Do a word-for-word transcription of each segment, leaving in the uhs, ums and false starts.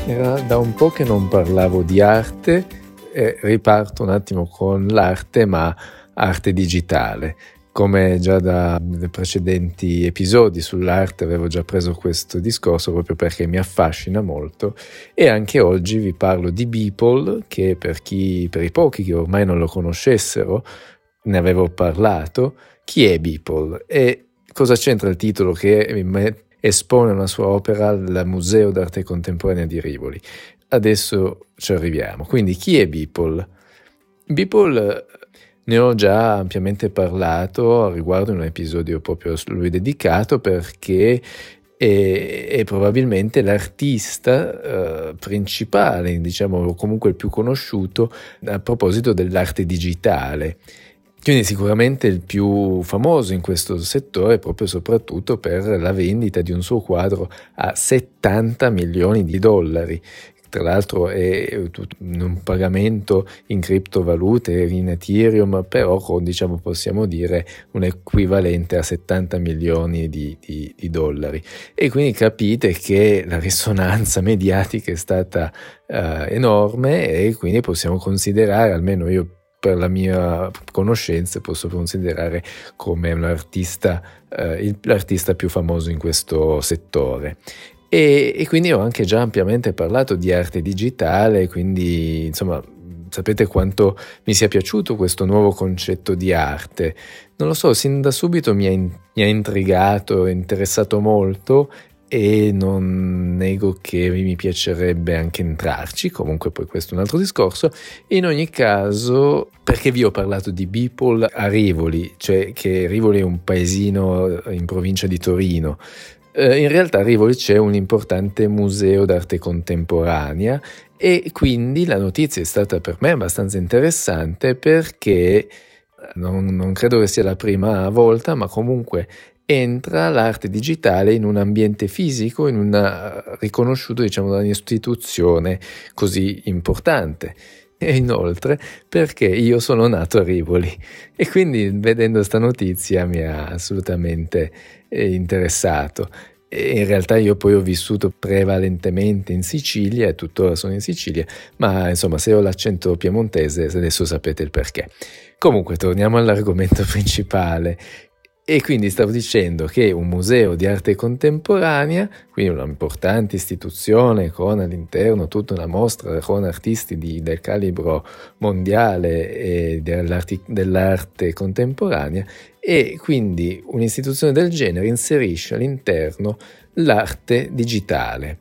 Era da un po' che non parlavo di arte e riparto un attimo con l'arte, ma arte digitale. Come già da dai precedenti episodi sull'arte avevo già preso questo discorso proprio perché mi affascina molto, e anche oggi vi parlo di Beeple, che per chi, per i pochi che ormai non lo conoscessero, ne avevo parlato. Chi è Beeple e cosa c'entra il titolo che espone una sua opera al Museo d'Arte Contemporanea di Rivoli? Adesso ci arriviamo. Quindi chi è Beeple? Beeple ne ho già ampiamente parlato a riguardo in un episodio proprio a lui dedicato, perché è, è probabilmente l'artista eh, principale, diciamo, o comunque il più conosciuto a proposito dell'arte digitale. Quindi sicuramente il più famoso in questo settore, proprio soprattutto per la vendita di un suo quadro a settanta milioni di dollari. Tra l'altro è un pagamento in criptovalute, in Ethereum, però diciamo possiamo dire un equivalente a settanta milioni di, di, di dollari. E quindi capite che la risonanza mediatica è stata uh, enorme, e quindi possiamo considerare, almeno io per la mia conoscenza posso considerare come un artista, eh, il, l'artista più famoso in questo settore. E, e quindi ho anche già ampiamente parlato di arte digitale, quindi insomma sapete quanto mi sia piaciuto questo nuovo concetto di arte. Non lo so, sin da subito mi ha, in, mi ha intrigato, interessato molto, e non nego che mi piacerebbe anche entrarci, comunque poi questo è un altro discorso. In ogni caso, perché vi ho parlato di Beeple a Rivoli, cioè che Rivoli è un paesino in provincia di Torino. Eh, in realtà a Rivoli c'è un importante museo d'arte contemporanea, e quindi la notizia è stata per me abbastanza interessante, perché non, non credo che sia la prima volta, ma comunque entra l'arte digitale in un ambiente fisico, in una riconosciuto, diciamo, da un'istituzione così importante. E inoltre perché io sono nato a Rivoli, e quindi vedendo questa notizia mi ha assolutamente eh, interessato. E in realtà io poi ho vissuto prevalentemente in Sicilia e tuttora sono in Sicilia, ma insomma se ho l'accento piemontese adesso sapete il perché. Comunque torniamo all'argomento principale. E quindi stavo dicendo che un museo di arte contemporanea, quindi un'importante istituzione con all'interno tutta una mostra con artisti di, del calibro mondiale e dell'arte, dell'arte contemporanea, e quindi un'istituzione del genere inserisce all'interno l'arte digitale.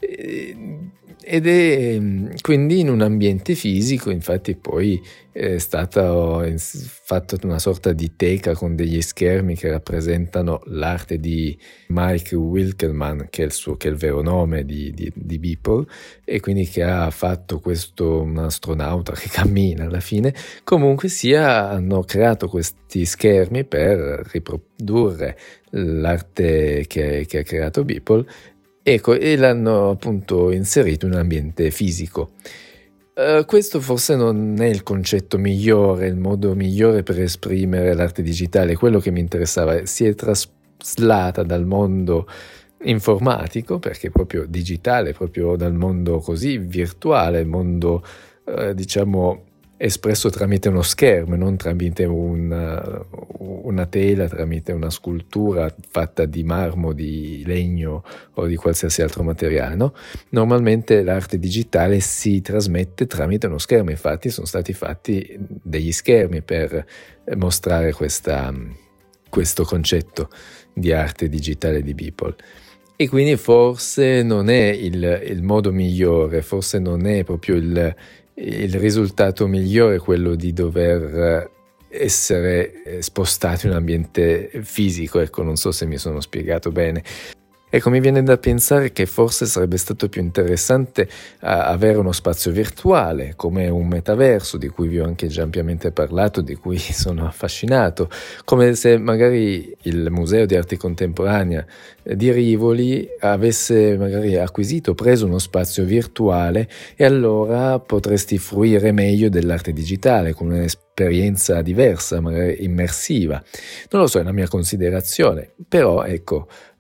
Ed è quindi in un ambiente fisico. Infatti poi è stata fatta una sorta di teca con degli schermi che rappresentano l'arte di Mike Winkelmann, che è il suo, che è il vero nome di, di, di Beeple, e quindi che ha fatto questo, un astronauta che cammina alla fine. Comunque sia, hanno creato questi schermi per riprodurre l'arte che, che ha creato Beeple. Ecco, e l'hanno appunto inserito in un ambiente fisico. Uh, questo forse non è il concetto migliore, il modo migliore per esprimere l'arte digitale. Quello che mi interessava si è traslata dal mondo informatico, perché proprio digitale, proprio dal mondo così virtuale, il mondo uh, diciamo espresso tramite uno schermo, non tramite una, una tela, tramite una scultura fatta di marmo, di legno o di qualsiasi altro materiale, no? Normalmente l'arte digitale si trasmette tramite uno schermo, infatti sono stati fatti degli schermi per mostrare questa, questo concetto di arte digitale di Beeple. E quindi forse non è il, il modo migliore, forse non è proprio il il risultato migliore quello di dover essere spostati in un ambiente fisico. Ecco, non so se mi sono spiegato bene. Ecco, mi viene da pensare che forse sarebbe stato più interessante avere uno spazio virtuale come un metaverso, di cui vi ho anche già ampiamente parlato, di cui sono affascinato, come se magari il Museo di Arte Contemporanea di Rivoli avesse magari acquisito, preso uno spazio virtuale, e allora potresti fruire meglio dell'arte digitale con un'esperienza diversa, magari immersiva. Non lo so, è una mia considerazione, però ecco,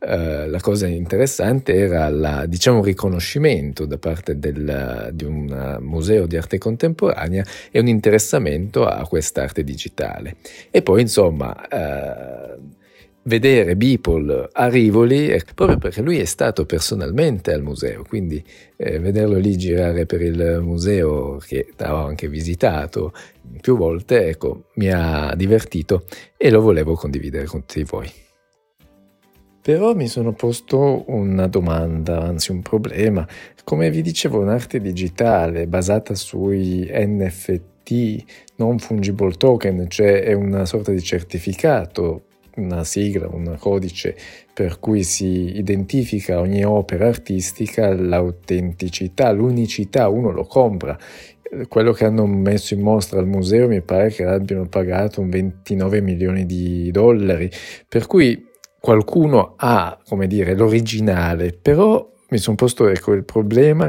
eh, la cosa interessante era la, diciamo, riconoscimento da parte del, di un museo di arte contemporanea e un interessamento a quest'arte digitale. E poi insomma eh, vedere Beeple a Rivoli, eh, proprio perché lui è stato personalmente al museo, quindi eh, vederlo lì girare per il museo che avevo anche visitato più volte, ecco, mi ha divertito e lo volevo condividere con tutti voi. Però mi sono posto una domanda, anzi un problema. Come vi dicevo, un'arte digitale basata sui N F T, non fungible token, cioè è una sorta di certificato, una sigla, un codice per cui si identifica ogni opera artistica, l'autenticità, l'unicità, uno lo compra. Quello che hanno messo in mostra al museo mi pare che abbiano pagato un ventinove milioni di dollari, per cui qualcuno ha, come dire, l'originale, però mi sono posto, ecco, il problema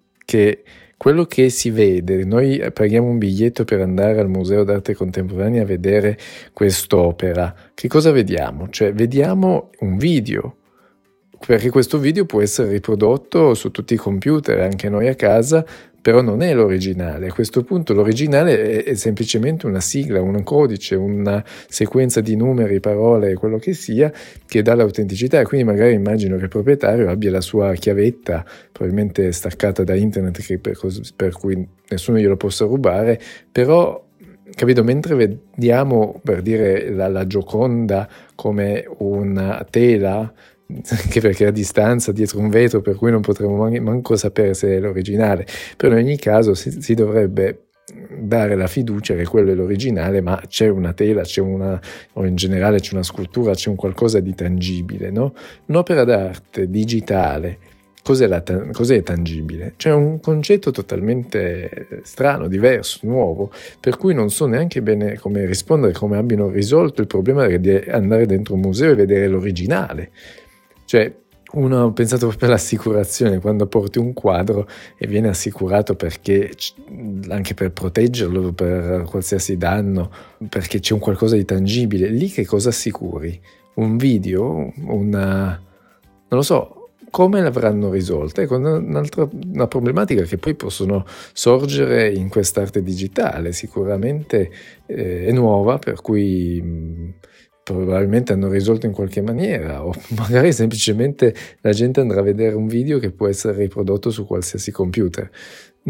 che quello che si vede, noi paghiamo un biglietto per andare al Museo d'Arte Contemporanea a vedere quest'opera, che cosa vediamo? Cioè vediamo un video, perché questo video può essere riprodotto su tutti i computer, anche noi a casa, però non è l'originale. A questo punto l'originale è, è semplicemente una sigla, un codice, una sequenza di numeri, parole, quello che sia, che dà l'autenticità, e quindi magari immagino che il proprietario abbia la sua chiavetta, probabilmente staccata da internet, che per, per cui nessuno glielo possa rubare, però capito, mentre vediamo, per dire, la, la Gioconda come una tela, anche perché è a distanza dietro un vetro, per cui non potremo man- manco sapere se è l'originale, però in ogni caso si, si dovrebbe dare la fiducia che quello è l'originale, ma c'è una tela, c'è una, o in generale c'è una scultura, c'è un qualcosa di tangibile, no? Un'opera d'arte digitale, cos'è, la, cos'è tangibile? C'è un concetto totalmente strano, diverso, nuovo, per cui non so neanche bene come rispondere, come abbiano risolto il problema di andare dentro un museo e vedere l'originale. Cioè, uno ha pensato proprio all'assicurazione, quando porti un quadro e viene assicurato perché, anche per proteggerlo, per qualsiasi danno, perché c'è un qualcosa di tangibile. Lì che cosa assicuri? Un video? Una... non lo so, come l'avranno risolta? Ecco, un'altra una problematica che poi possono sorgere in quest'arte digitale, sicuramente eh, è nuova, per cui... Mh, probabilmente hanno risolto in qualche maniera, o magari semplicemente la gente andrà a vedere un video che può essere riprodotto su qualsiasi computer.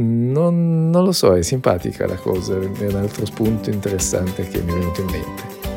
Non, non lo so, è simpatica la cosa, è un altro spunto interessante che mi è venuto in mente.